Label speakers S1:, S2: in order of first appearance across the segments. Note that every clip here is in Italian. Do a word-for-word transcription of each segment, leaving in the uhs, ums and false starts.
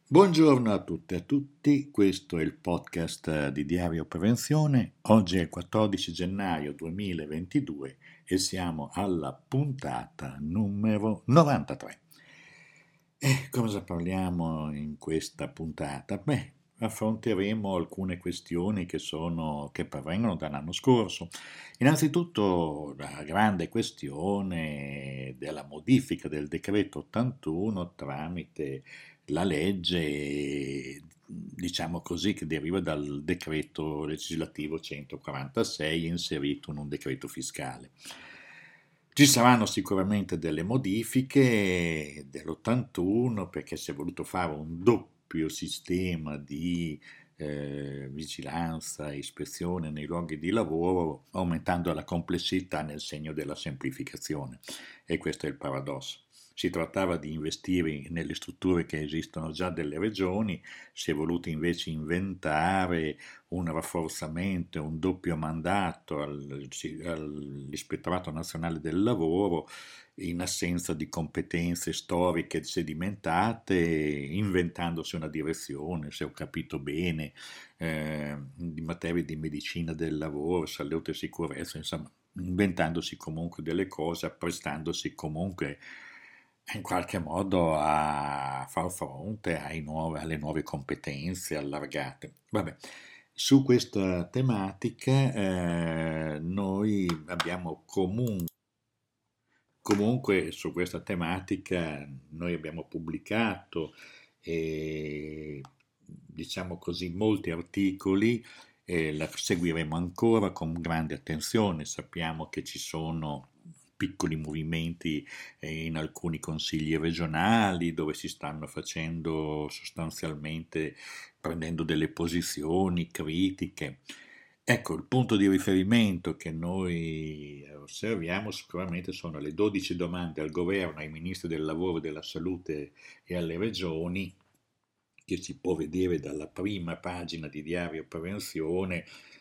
S1: Buongiorno a tutte e a tutti, questo è il podcast di Diario Prevenzione. Oggi è il quattordici gennaio duemilaventidue e siamo alla puntata numero novantatré. E cosa parliamo in questa puntata? Beh, affronteremo alcune questioni che sono, che provengono dall'anno scorso. Innanzitutto la grande questione della modifica del decreto ottantuno tramite la legge, diciamo così, che deriva dal decreto legislativo centoquarantasei inserito in un decreto fiscale. Ci saranno sicuramente delle modifiche dell'ottantuno perché si è voluto fare un doppio sistema di eh, vigilanza e ispezione nei luoghi di lavoro, aumentando la complessità nel segno della semplificazione. E questo è il paradosso. Si trattava di investire nelle strutture che esistono già delle regioni, si è voluto invece inventare un rafforzamento, un doppio mandato all'Ispettorato Nazionale del Lavoro in assenza di competenze storiche sedimentate, inventandosi una direzione, se ho capito bene, eh, in materia di medicina del lavoro, salute e sicurezza, insomma, inventandosi comunque delle cose, apprestandosi comunque in qualche modo a far fronte ai nuove, alle nuove competenze allargate. Vabbè, su questa tematica eh, noi abbiamo comunque, comunque su questa tematica noi abbiamo pubblicato eh, diciamo così molti articoli, eh, la seguiremo ancora con grande attenzione, sappiamo che ci sono piccoli movimenti eh, in alcuni consigli regionali dove si stanno facendo sostanzialmente prendendo delle posizioni critiche. Ecco, il punto di riferimento che noi osserviamo sicuramente sono le dodici domande al governo, ai ministri del lavoro, della salute e alle regioni, che si può vedere dalla prima pagina di Diario Prevenzione,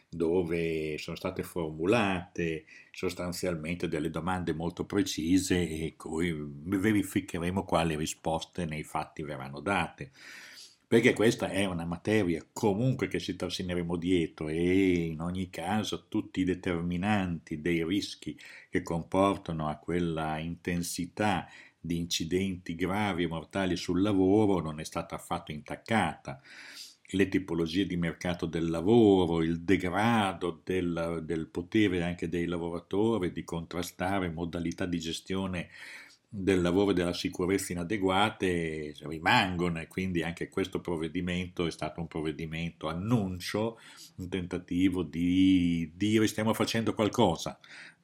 S1: dove sono state formulate sostanzialmente delle domande molto precise e cui verificheremo quali risposte nei fatti verranno date. Perché questa è una materia comunque che ci trascineremo dietro e in ogni caso tutti i determinanti dei rischi che comportano a quella intensità di incidenti gravi e mortali sul lavoro non è stata affatto intaccata. Le tipologie di mercato del lavoro, il degrado del, del potere anche dei lavoratori di contrastare modalità di gestione del lavoro e della sicurezza inadeguate rimangono e quindi anche questo provvedimento è stato un provvedimento annuncio, un tentativo di dire stiamo facendo qualcosa,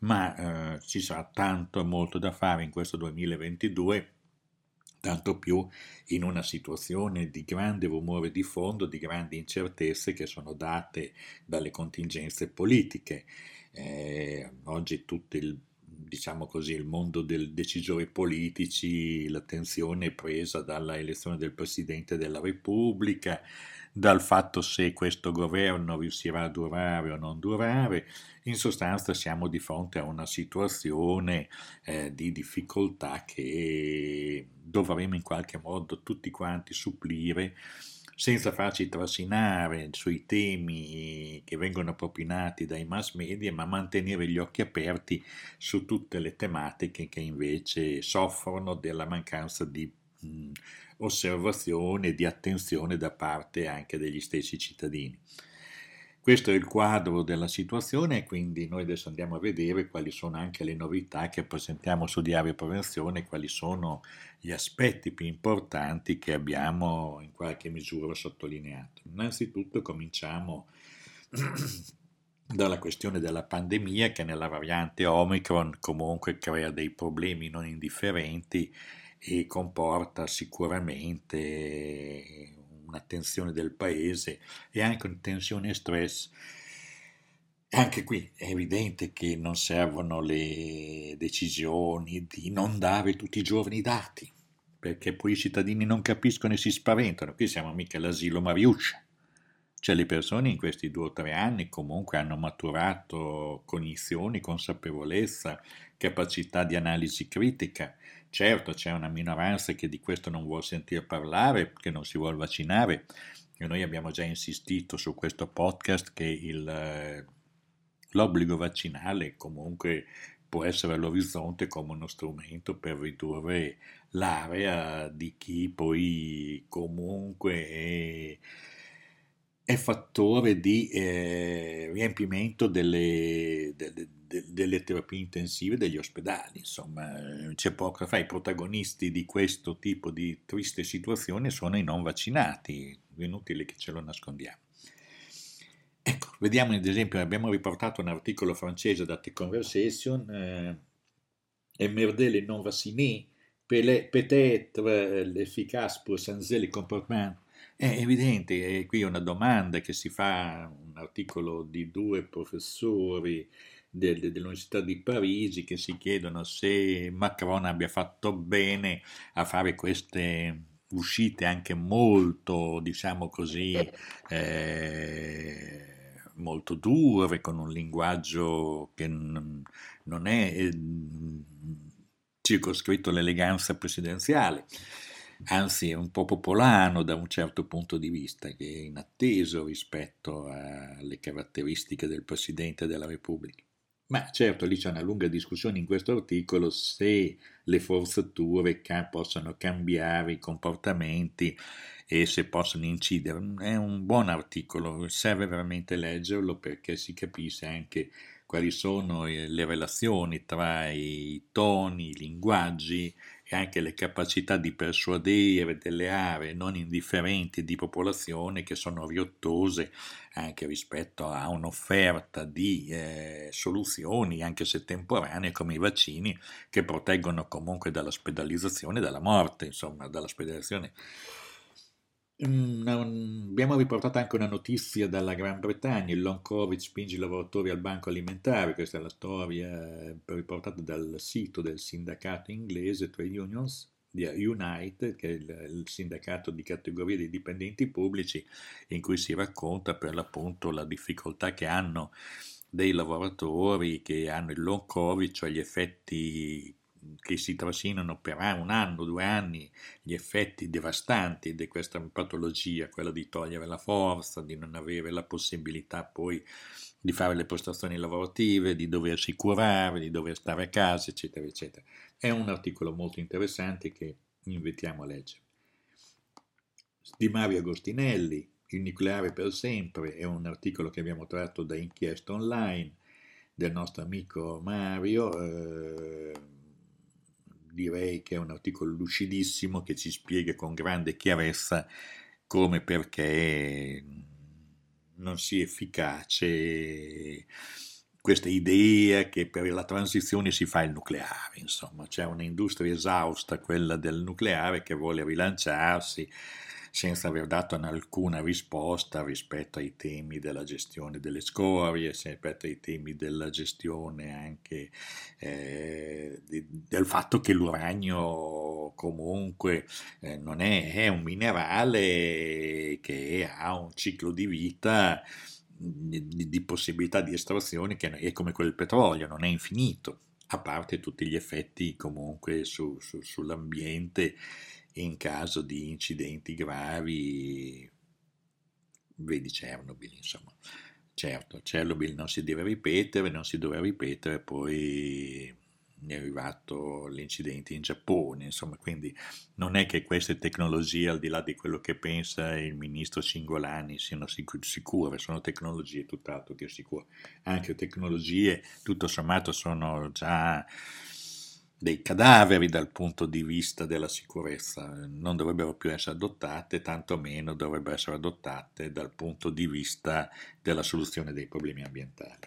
S1: ma eh, ci sarà tanto e molto da fare in questo duemilaventidue, tanto più in una situazione di grande rumore di fondo, di grandi incertezze che sono date dalle contingenze politiche. Eh, oggi tutto il diciamo così, il mondo dei decisori politici, l'attenzione è presa dalla elezione del Presidente della Repubblica, dal fatto se questo governo riuscirà a durare o non durare. In sostanza siamo di fronte a una situazione eh, di difficoltà che dovremo in qualche modo tutti quanti supplire senza farci trascinare sui temi che vengono propinati dai mass media, ma mantenere gli occhi aperti su tutte le tematiche che invece soffrono della mancanza di mh, osservazione e di attenzione da parte anche degli stessi cittadini. Questo è il quadro della situazione e quindi noi adesso andiamo a vedere quali sono anche le novità che presentiamo su Diario Prevenzione, quali sono gli aspetti più importanti che abbiamo in qualche misura sottolineato. Innanzitutto cominciamo dalla questione della pandemia che nella variante Omicron comunque crea dei problemi non indifferenti e comporta sicuramente un'attenzione del paese e anche una tensione e stress. Anche qui è evidente che non servono le decisioni di non dare tutti i giorni i dati, perché poi i cittadini non capiscono e si spaventano. Qui siamo mica all'asilo Mariuccia. Cioè le persone in questi due o tre anni comunque hanno maturato cognizioni, consapevolezza, capacità di analisi critica. Certo, c'è una minoranza che di questo non vuol sentire parlare, che non si vuole vaccinare, e noi abbiamo già insistito su questo podcast che il, eh, l'obbligo vaccinale comunque può essere all'orizzonte come uno strumento per ridurre l'area di chi poi comunque è, è fattore di eh, riempimento delle, delle, de- delle terapie intensive degli ospedali. Insomma, eh, c'è poco da fare. I protagonisti di questo tipo di triste situazione sono i non vaccinati, è inutile che ce lo nascondiamo. Ecco, vediamo ad esempio, abbiamo riportato un articolo francese da The Conversation, eh, emmerder les non vaccinés, peut-être l'efficace pour changer les comportements. È evidente, è qui una domanda che si fa, un articolo di due professori del- dell'Università di Parigi che si chiedono se Macron abbia fatto bene a fare queste uscite anche molto, diciamo così, eh, molto dure, con un linguaggio che n- non è eh, circoscritto all'eleganza presidenziale, anzi è un po' popolano da un certo punto di vista, che è inatteso rispetto alle caratteristiche del Presidente della Repubblica. Ma certo, lì c'è una lunga discussione in questo articolo se le forzature ca- possano cambiare i comportamenti e se possono incidere. È un buon articolo, serve veramente leggerlo perché si capisce anche quali sono eh, le relazioni tra i toni, i linguaggi e anche le capacità di persuadere delle aree non indifferenti di popolazione che sono riottose anche rispetto a un'offerta di eh, soluzioni, anche se temporanee, come i vaccini, che proteggono comunque dall'ospedalizzazione e dalla morte, insomma, dall'ospedalizzazione. Mm, un- abbiamo riportato anche una notizia dalla Gran Bretagna, il long Covid spinge i lavoratori al banco alimentare, questa è la storia eh, riportata dal sito del sindacato inglese Trade Unions, di Unite, che è il, il sindacato di categoria dei dipendenti pubblici, in cui si racconta per l'appunto la difficoltà che hanno dei lavoratori che hanno il long Covid, cioè gli effetti che si trascinano per un anno, due anni, gli effetti devastanti di questa patologia, quella di togliere la forza, di non avere la possibilità poi di fare le prestazioni lavorative, di doversi curare, di dover stare a casa, eccetera, eccetera. È un articolo molto interessante che invitiamo a leggere. Di Mario Agostinelli, Il nucleare per sempre, è un articolo che abbiamo tratto da Inchiesta Online del nostro amico Mario. Eh, direi che è un articolo lucidissimo che ci spiega con grande chiarezza come e perché non sia efficace questa idea che per la transizione si fa il nucleare, insomma, c'è un'industria esausta, quella del nucleare, che vuole rilanciarsi senza aver dato alcuna risposta rispetto ai temi della gestione delle scorie, rispetto ai temi della gestione anche eh, di, del fatto che l'uranio comunque eh, non è, è un minerale che ha un ciclo di vita di, di possibilità di estrazione che è come quel petrolio, non è infinito, a parte tutti gli effetti comunque su, su, sull'ambiente in caso di incidenti gravi, vedi Chernobyl, insomma. Certo, Chernobyl non si deve ripetere, non si doveva ripetere, poi è arrivato l'incidente in Giappone, insomma, quindi non è che queste tecnologie, al di là di quello che pensa il ministro Cingolani, siano sic- sicure, sono tecnologie tutt'altro che sicure. Anche tecnologie, tutto sommato, sono già dei cadaveri dal punto di vista della sicurezza, non dovrebbero più essere adottate, tantomeno dovrebbero essere adottate dal punto di vista della soluzione dei problemi ambientali.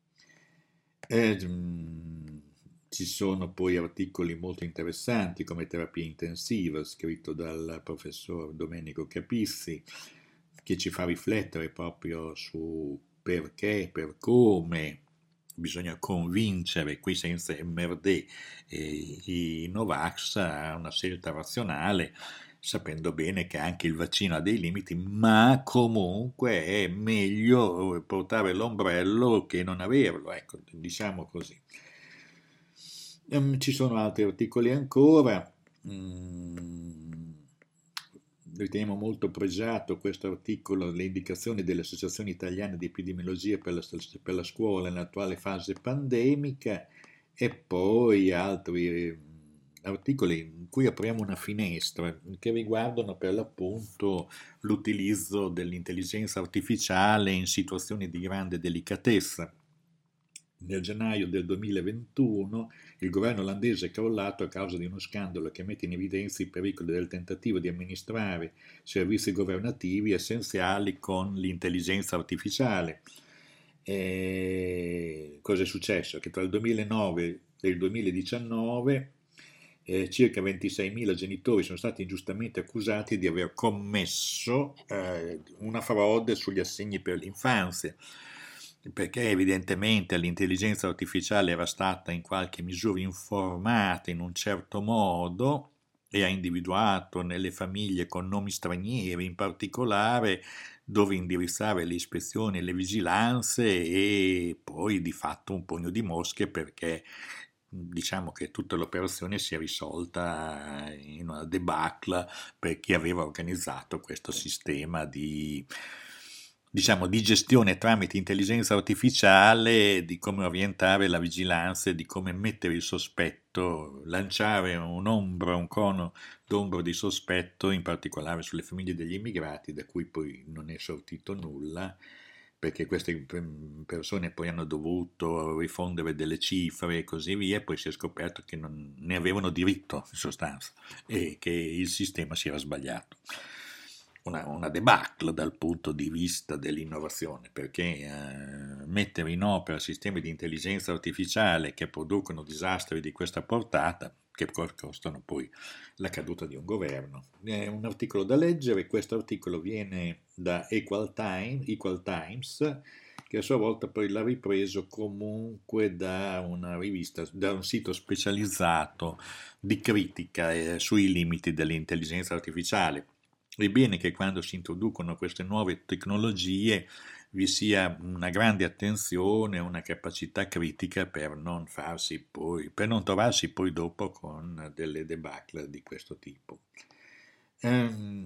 S1: E, mm, ci sono poi articoli molto interessanti come terapia intensiva, scritto dal professor Domenico Capizzi, che ci fa riflettere proprio su perché, per come bisogna convincere, qui senza emmerdè, eh, i Novax a una scelta razionale sapendo bene che anche il vaccino ha dei limiti, ma comunque è meglio portare l'ombrello che non averlo, ecco, diciamo così. Ehm, ci sono altri articoli ancora. Mm, riteniamo molto pregiato questo articolo le indicazioni delle associazioni italiane di epidemiologia per la, per la scuola nell'attuale fase pandemica, e poi altri eh, articoli in cui apriamo una finestra che riguardano per l'appunto l'utilizzo dell'intelligenza artificiale in situazioni di grande delicatezza. Nel gennaio del duemilaventuno il governo olandese è crollato a causa di uno scandalo che mette in evidenza i pericoli del tentativo di amministrare servizi governativi essenziali con l'intelligenza artificiale. E cosa è successo? Che tra il duemilanove e il duemiladiciannove eh, circa ventiseimila genitori sono stati ingiustamente accusati di aver commesso eh, una frode sugli assegni per l'infanzia, perché evidentemente l'intelligenza artificiale era stata in qualche misura informata in un certo modo e ha individuato nelle famiglie con nomi stranieri in particolare dove indirizzare le ispezioni e le vigilanze, e poi di fatto un pugno di mosche, perché diciamo che tutta l'operazione si è risolta in una debacle per chi aveva organizzato questo sistema di, diciamo, di gestione tramite intelligenza artificiale di come orientare la vigilanza e di come mettere il sospetto, lanciare un'ombra, un cono d'ombra di sospetto, in particolare sulle famiglie degli immigrati, da cui poi non è sortito nulla, perché queste persone poi hanno dovuto rifondere delle cifre e così via, e poi si è scoperto che non ne avevano diritto in sostanza e che il sistema si era sbagliato. Una, una debacle dal punto di vista dell'innovazione, perché eh, mettere in opera sistemi di intelligenza artificiale che producono disastri di questa portata, che costano poi la caduta di un governo. È un articolo da leggere, questo articolo viene da Equal, Time, Equal Times, che a sua volta poi l'ha ripreso comunque da una rivista, da un sito specializzato di critica eh, sui limiti dell'intelligenza artificiale. È bene che quando si introducono queste nuove tecnologie vi sia una grande attenzione, una capacità critica per non farsi poi, per non trovarsi poi dopo con delle debacle di questo tipo. Um,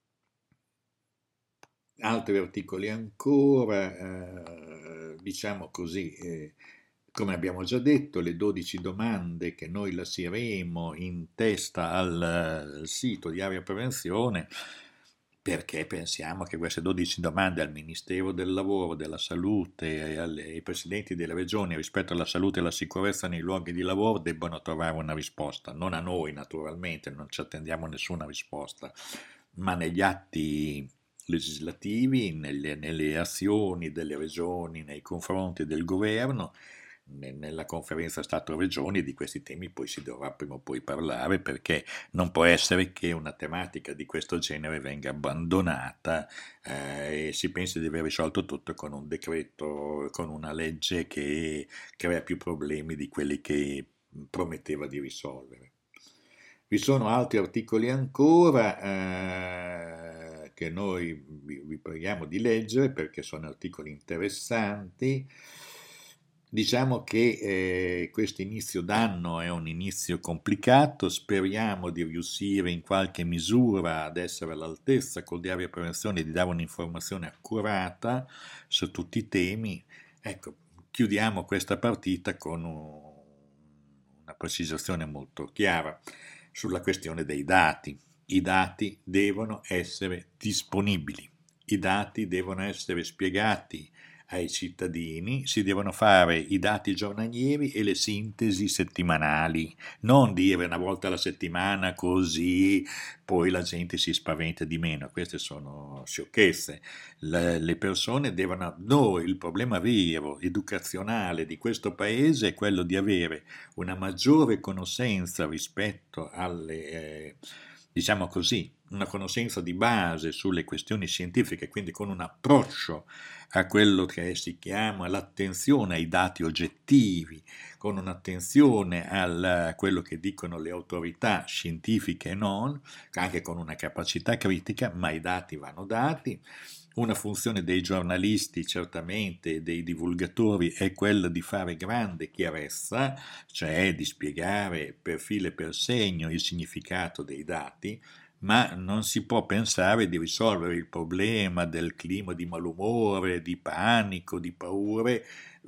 S1: altri articoli ancora, eh, diciamo così, eh, come abbiamo già detto, le dodici domande che noi lasceremo in testa al, al sito di Area Prevenzione, perché pensiamo che queste dodici domande al Ministero del Lavoro, della Salute e alle, ai presidenti delle regioni rispetto alla salute e alla sicurezza nei luoghi di lavoro debbano trovare una risposta, non a noi naturalmente, non ci attendiamo nessuna risposta, ma negli atti legislativi, nelle, nelle azioni delle regioni nei confronti del governo. Nella conferenza Stato-Regioni di questi temi poi si dovrà prima o poi parlare, perché non può essere che una tematica di questo genere venga abbandonata eh, e si pensi di aver risolto tutto con un decreto, con una legge che crea più problemi di quelli che prometteva di risolvere. Vi sono altri articoli ancora eh, che noi vi, vi preghiamo di leggere perché sono articoli interessanti. Diciamo che eh, questo inizio d'anno è un inizio complicato, speriamo di riuscire in qualche misura ad essere all'altezza col Diario Prevenzione di dare un'informazione accurata su tutti i temi. Ecco, chiudiamo questa partita con un, una precisazione molto chiara sulla questione dei dati. I dati devono essere disponibili, i dati devono essere spiegati ai cittadini, si devono fare i dati giornalieri e le sintesi settimanali, non dire una volta alla settimana così poi la gente si spaventa di meno, queste sono sciocchezze. Le, le persone devono, noi, il problema vero, educazionale di questo paese è quello di avere una maggiore conoscenza rispetto alle, eh, diciamo così, una conoscenza di base sulle questioni scientifiche, quindi con un approccio a quello che si chiama l'attenzione ai dati oggettivi, con un'attenzione a quello che dicono le autorità scientifiche e non, anche con una capacità critica, ma i dati vanno dati. Una funzione dei giornalisti, certamente, dei divulgatori, è quella di fare grande chiarezza, cioè di spiegare per filo e per segno il significato dei dati, ma non si può pensare di risolvere il problema del clima di malumore, di panico, di paure,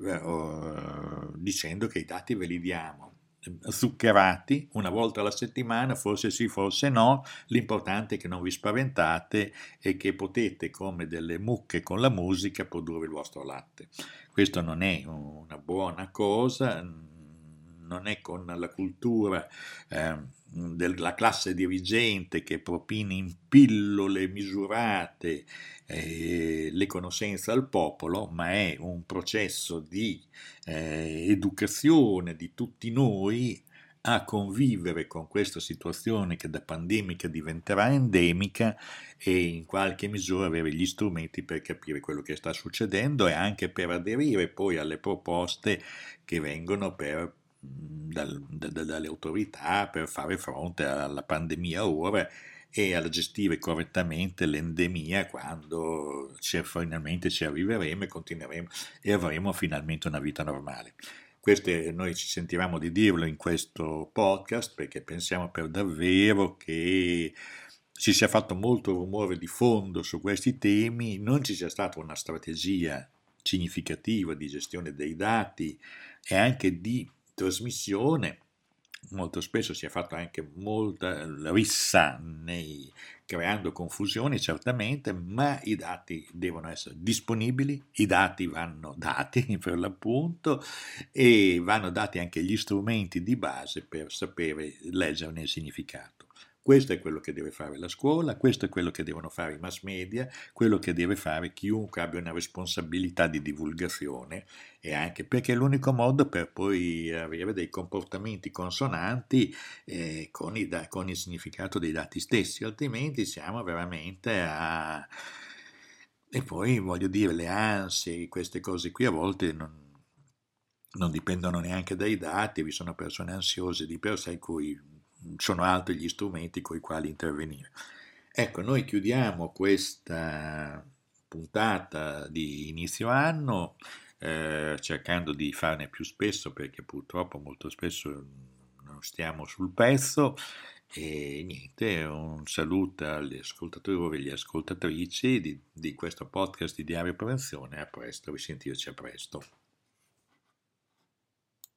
S1: eh, dicendo che i dati ve li diamo zuccherati una volta alla settimana, forse sì, forse no, l'importante è che non vi spaventate e che potete, come delle mucche con la musica, produrre il vostro latte. Questo non è una buona cosa, non è con la cultura eh, della classe dirigente che propina in pillole misurate eh, le conoscenze al popolo, ma è un processo di eh, educazione di tutti noi a convivere con questa situazione che da pandemica diventerà endemica e in qualche misura avere gli strumenti per capire quello che sta succedendo e anche per aderire poi alle proposte che vengono per Dal, da, dalle autorità per fare fronte alla pandemia ora e a gestire correttamente l'endemia quando ci, finalmente ci arriveremo e continueremo e avremo finalmente una vita normale. Questo noi ci sentivamo di dirlo in questo podcast perché pensiamo per davvero che ci sia fatto molto rumore di fondo su questi temi, non ci sia stata una strategia significativa di gestione dei dati e anche di trasmissione. Molto spesso si è fatto anche molta rissa nei, creando confusione certamente, ma i dati devono essere disponibili, i dati vanno dati per l'appunto e vanno dati anche gli strumenti di base per sapere leggerne il significato. Questo è quello che deve fare la scuola, questo è quello che devono fare i mass media, quello che deve fare chiunque abbia una responsabilità di divulgazione e anche perché è l'unico modo per poi avere dei comportamenti consonanti eh, con, i, con il significato dei dati stessi, altrimenti siamo veramente a... E poi voglio dire, le ansie, queste cose qui a volte non, non dipendono neanche dai dati, vi sono persone ansiose di per sé cui sono altri gli strumenti con i quali intervenire. Ecco, noi chiudiamo questa puntata di inizio anno eh, cercando di farne più spesso perché purtroppo molto spesso non stiamo sul pezzo e niente, un saluto agli ascoltatori e agli ascoltatrici di, di questo podcast di Diario Prevenzione, a presto, risentirci a presto.